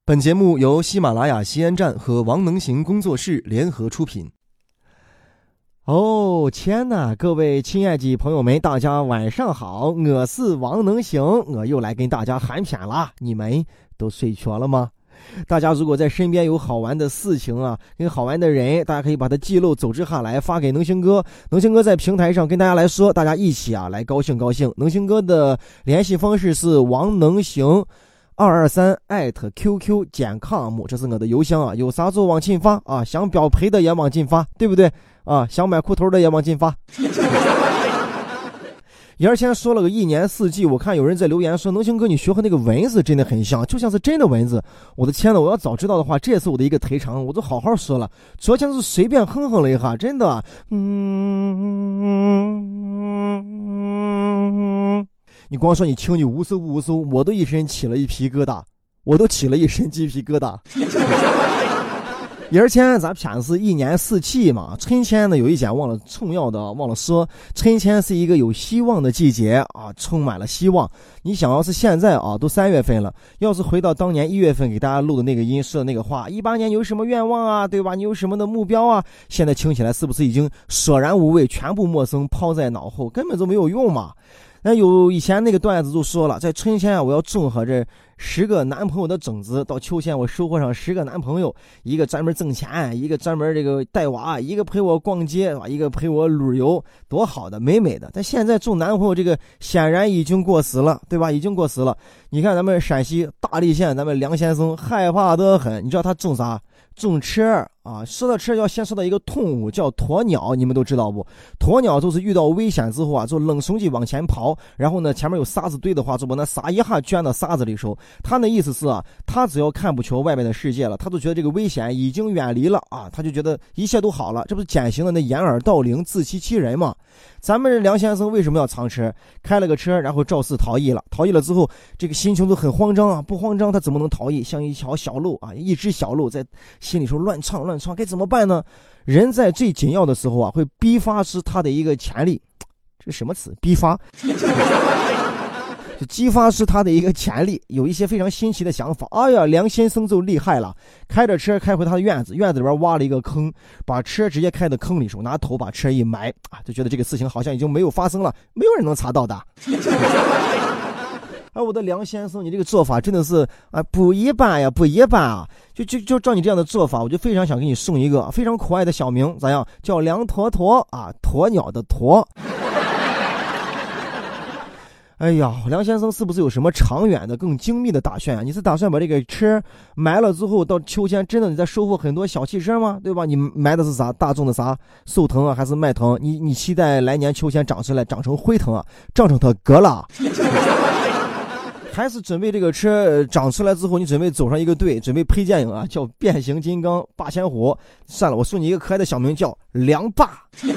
本节目由喜马拉雅西安站和王能行工作室联合出品。天哪，各位亲爱的朋友们，大家晚上好，我是王能行，我又来跟大家喊片了，你们都睡着了吗？大家如果在身边有好玩的事情啊，跟好玩的人，大家可以把它记录走之下来发给能行哥，能行哥在平台上跟大家来说，大家一起来高兴高兴。能行哥的联系方式是王能行223@qq.com， 这是我的邮箱啊，有啥就往进发啊，想表陪的也往进发，对不对啊？想买裤头的也往进发。以前说了个一年四季，我看有人在留言说，能行哥你学和那个蚊子真的很像，就像是真的蚊子。我的天哪，我要早知道的话，这也是我的一个特长，我就好好说了。昨天是随便哼哼了一下，真的你光说你听你无搜，我都一身起了一皮疙瘩，我都起了一身鸡皮疙瘩。以前咱片是一年四季嘛，春天呢有一点重要的忘了说，春天是一个有希望的季节啊，充满了希望。你想要是现在啊，都3月份了，要是回到当年1月份给大家录的那个音说的那个话，18年有什么愿望啊，对吧？你有什么的目标啊？现在听起来是不是已经索然无味，全部陌生，抛在脑后，根本就没有用嘛？那有以前那个段子就说了，在春天啊，我要种和这10个男朋友的种子，到秋天我收获上10个男朋友，一个专门挣钱，一个专门这个带娃，一个陪我逛街，一个陪我旅游，多好的，美美的。但现在种男朋友这个显然已经过时了，对吧？已经过时了。你看咱们陕西大荔县，咱们梁先生害怕得很，你知道他种啥？种车啊！说到车要先说到一个动物叫鸵鸟，你们都知道不？鸵鸟就是遇到危险之后啊，就冷怂地往前跑，然后呢前面有沙子堆的话，就把那沙一下卷到沙子里手。他的意思是啊，他只要看不清外面的世界了，他就觉得这个危险已经远离了啊，他就觉得一切都好了。这不是典型的那掩耳盗铃、自欺欺人吗？咱们梁先生为什么要藏车？开了个车，然后肇事逃逸了。逃逸了之后，这个心情都很慌张啊！不慌张他怎么能逃逸？像一条小鹿啊，一只小鹿在心里说乱窜，该怎么办呢？人在最紧要的时候啊，会逼发出他的一个潜力。这是什么词？逼发。就激发是他的一个潜力，有一些非常新奇的想法。哎呀，梁先生就厉害了，开着车开回他的院子，院子里边挖了一个坑，把车直接开到坑里手，拿头把车一埋啊，就觉得这个事情好像已经没有发生了，没有人能查到的。而我的梁先生，你这个做法真的是啊不一般呀，不一般啊！就照你这样的做法，我就非常想给你送一个非常可爱的小名，咋样？叫梁坨坨啊，鸵鸟的鸵。哎呀，梁先生是不是有什么长远的更精密的打算啊？你是打算把这个车埋了之后，到秋天真的你再收获很多小汽车吗？对吧？你埋的是啥？大众的啥？寿藤啊，还是迈腾？你期待来年秋天长出来长成辉腾啊，长成它哥了？还是准备这个车长出来之后，你准备走上一个队，准备配电影啊，叫变形金刚霸千虎？算了，我送你一个可爱的小名叫梁霸。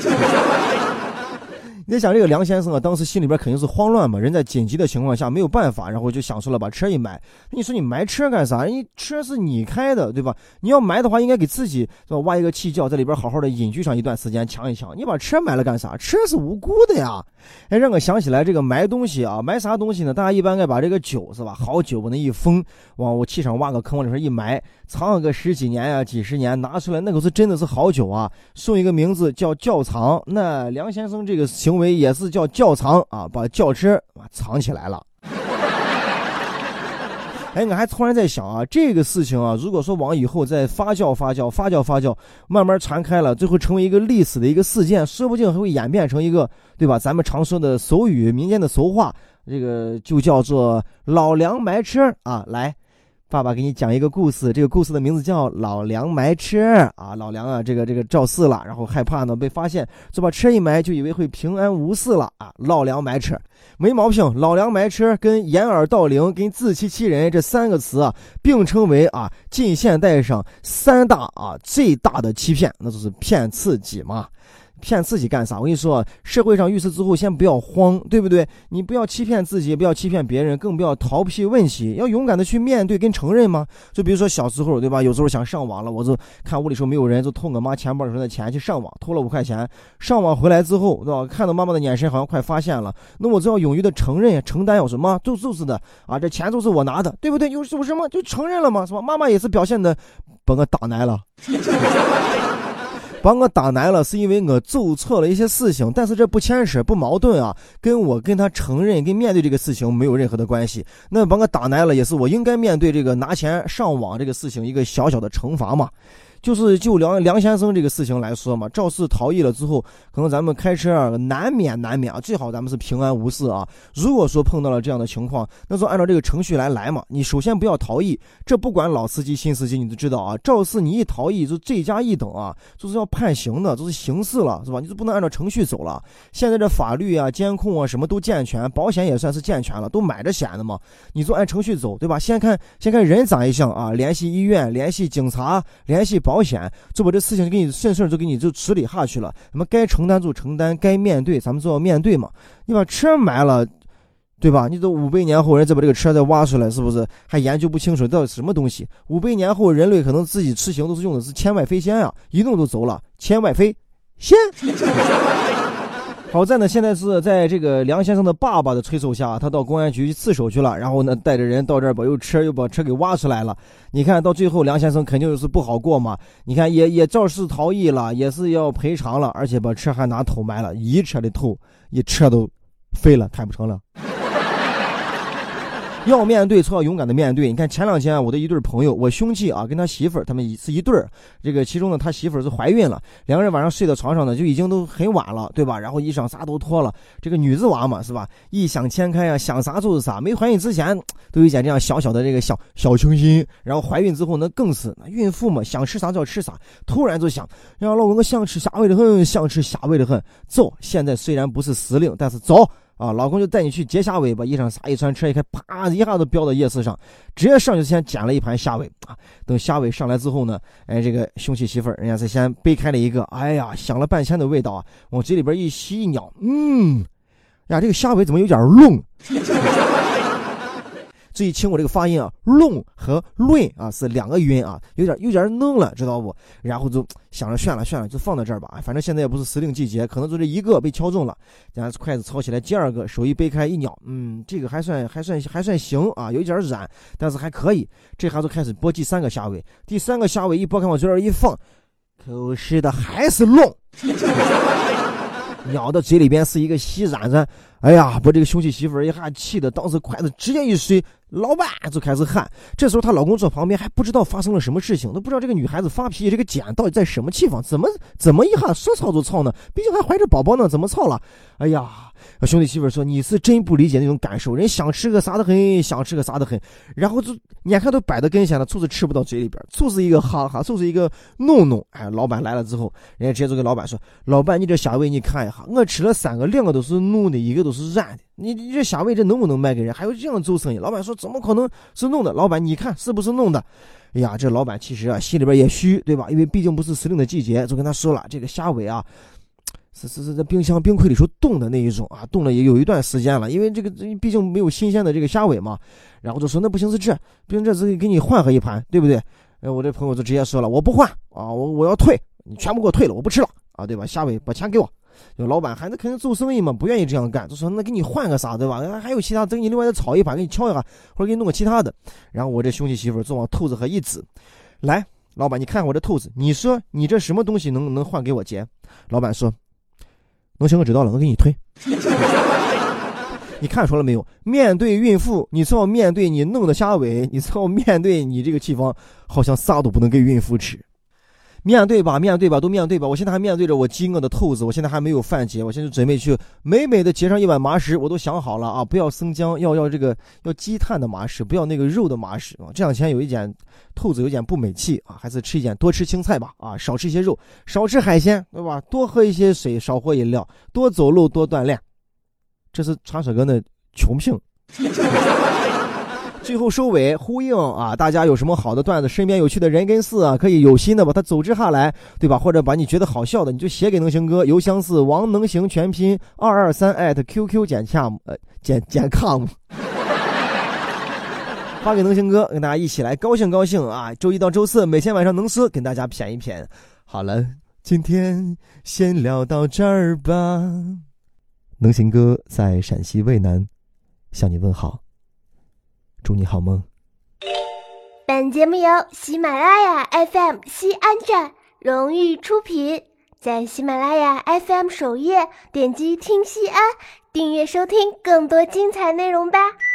你在想这个梁先生啊，当时心里边肯定是慌乱嘛，人在紧急的情况下没有办法，然后就想出了把车一买。你说你买车干啥？人车是你开的，对吧？你要买的话，应该给自己是吧挖一个气窖，在里边好好的隐居上一段时间，抢一抢。你把车买了干啥？车是无辜的呀。哎，让我想起来这个买东西啊，买啥东西呢？大家一般该把这个酒是吧，好酒把那一封，往我气上挖个坑，往里边一埋，藏个10几年啊，几10年，拿出来那个是真的是好酒啊。送一个名字叫窖藏。那梁先生这个行为也是叫窖藏啊，把轿车藏起来了。哎，我还突然在想啊，这个事情啊，如果说往以后再发酵，慢慢传开了，最后成为一个历史的一个事件，说不定还会演变成一个，对吧？咱们常说的俗语，民间的俗话，这个就叫做老梁埋车啊。来，爸爸给你讲一个故事，这个故事的名字叫老梁埋车啊。老梁啊，这个肇事了，然后害怕呢被发现，就把车一埋，就以为会平安无事了啊。老梁埋车没毛病，老梁埋车跟掩耳盗铃跟自欺欺人这3个词啊，并称为啊近现代上3大最大的欺骗，那就是骗自己嘛。 骗自己干啥？我跟你说，社会上遇事之后先不要慌，对不对？你不要欺骗自己，不要欺骗别人，更不要逃避问题，要勇敢的去面对跟承认嘛。就比如说小时候，对吧？有时候想上网了，我就看屋里时候没有人，就偷我妈钱包里头的钱去上网，偷了5块钱。上网回来之后，对吧？看到妈妈的眼神好像快发现了，那我就要勇于的承认承担，有什么就是的啊，这钱都是我拿的，对不对？有什么就承认了嘛，是吧？妈妈也是表现的把我打奶了。把我打奶了，是因为我做错了一些事情，但是这不牵扯不矛盾啊，跟他承认跟面对这个事情没有任何的关系。那把我打奶了，也是我应该面对这个拿钱上网这个事情一个小小的惩罚嘛。就梁先生这个事情来说嘛，肇事逃逸了之后，可能咱们开车啊难免啊，最好咱们是平安无事啊。如果说碰到了这样的情况，那就按照这个程序来嘛。你首先不要逃逸，这不管老司机新司机你都知道啊，肇事你一逃逸就罪加一等啊，就是要判刑的，就是刑事了，是吧？你就不能按照程序走了。现在这法律啊、监控啊什么都健全，保险也算是健全了，都买着险的嘛，你就按程序走，对吧？先看人咋一项啊，联系医院、联系警察、联系保险，就把这事情给你顺就给你就处理下去了。那么该承担就承担，该面对咱们就要面对嘛。你把车买了，对吧？你都500年后人再把这个车再挖出来，是不是还研究不清楚到底什么东西？500年后人类可能自己吃行都是用的是千外飞仙啊，一弄就走了，千外飞仙。好在呢，现在是在这个梁先生的爸爸的催促下，他到公安局去自首去了，然后呢带着人到这儿把又把车给挖出来了。你看到最后梁先生肯定就是不好过嘛，你看也肇事逃逸了，也是要赔偿了，而且把车还拿头埋了，一车的头，一车都飞了，看不成了。要面对就要勇敢的面对。你看前2天我的一对朋友，我兄弟啊跟他媳妇儿他们是一对儿，这个其中呢他媳妇儿是怀孕了，两个人晚上睡到床上呢就已经都很晚了，对吧？然后衣裳啥都脱了，这个女子娃嘛是吧，异想天开啊，想啥就是啥，没怀孕之前都有一点这样小小的这个小清新，然后怀孕之后呢更是孕妇嘛，想吃啥就要吃啥，突然就想让老公我想吃虾味的很，想吃虾味的很，走，现在虽然不是时令，但是走啊，老公就带你去截虾尾，把衣裳撒一穿，车一开，啪一下子飙到夜市上，直接上去先捡了一盘虾尾啊。等虾尾上来之后呢，这个兄弟媳妇儿人家才先掰开了一个，哎呀，想了半天的味道啊，往嘴里边一吸一咬，呀，这个虾尾怎么有点弄？注意听我这个发音啊，弄和论啊是2个音啊，有点弄了，知道不？然后就想着炫了，就放在这儿吧。反正现在也不是时令季节，可能就这一个被敲中了，然后筷子抄起来，第2个手一掰开一咬，这个还算行啊，有一点软，但是还可以。这下就开始剥第3个虾尾，第3个虾尾一剥开往嘴里一放，口吃的还是弄。咬到嘴里边是一个稀软软，哎呀，把这个兄弟媳妇儿一下气的，当时筷子直接一摔，老板就开始喊。这时候她老公坐旁边还不知道发生了什么事情，都不知道这个女孩子发脾气这个点到底在什么地方，怎么一下说操就操呢？毕竟还怀着宝宝呢，怎么操了？哎呀，兄弟媳妇说你是真不理解那种感受，人想吃个啥的很，然后就眼看都摆到跟前了，就是吃不到嘴里边，就是一个哈哈，就是一个弄。哎，老板来了之后，人家直接就跟老板说，老板你这虾尾你看一下，我吃了3个，2个都是弄的，1个都是软的，你这虾尾这能不能卖给人？还有这样做生意？老板说怎么可能是弄的？老板你看是不是弄的？哎呀，这老板其实啊心里边也虚，对吧？因为毕竟不是时令的季节，就跟他说了，这个虾尾啊是在冰箱冰柜里头冻的那一种啊，冻了也有一段时间了，因为这个毕竟没有新鲜的这个虾尾嘛。然后就说那不行，不行，这次给你换一盘，对不对？我这朋友就直接说了，我不换啊，我要退，你全部给我退了，我不吃了啊，对吧？虾尾把钱给我。有老板还那肯定做生意嘛，不愿意这样干，就说那给你换个啥，对吧？还有其他，等你另外再炒一盘，给你敲一下，或者给你弄个其他的。然后我这兄弟媳妇就往兔子和一指，来，老板你看我这兔子，你说你这什么东西能换给我结？老板说，能行，我知道了，我给你退。你看出来没有？面对孕妇，你是要面对你弄的虾尾，你是要面对你这个地方，好像啥都不能给孕妇吃。面对吧，都面对吧。我现在还面对着我饥饿的兔子，我现在还没有饭结，我现在就准备去美美的结上一碗麻食，我都想好了啊，不要生姜，要这个要鸡碳的麻食，不要那个肉的麻食啊。这两天有一点兔子有点不美气啊，还是多吃青菜吧啊，少吃一些肉，少吃海鲜，对吧？多喝一些水，少喝饮料，多走路，多锻炼。这是传说中的穷病。 最后收尾呼应啊，大家有什么好的段子，身边有趣的人跟事啊，可以有心的把它组织下来，对吧？或者把你觉得好笑的，你就写给能行哥，邮箱是王能行全拼223@qq.com，发给能行哥，跟大家一起来高兴高兴啊！周一到周四每天晚上能说跟大家谝一谝。好了，今天先聊到这儿吧。能行哥在陕西渭南向你问好，祝你好梦。 本节目由喜马拉雅 FM 西安站荣誉出品，在喜马拉雅 FM 首页点击听西安，订阅收听更多精彩内容吧。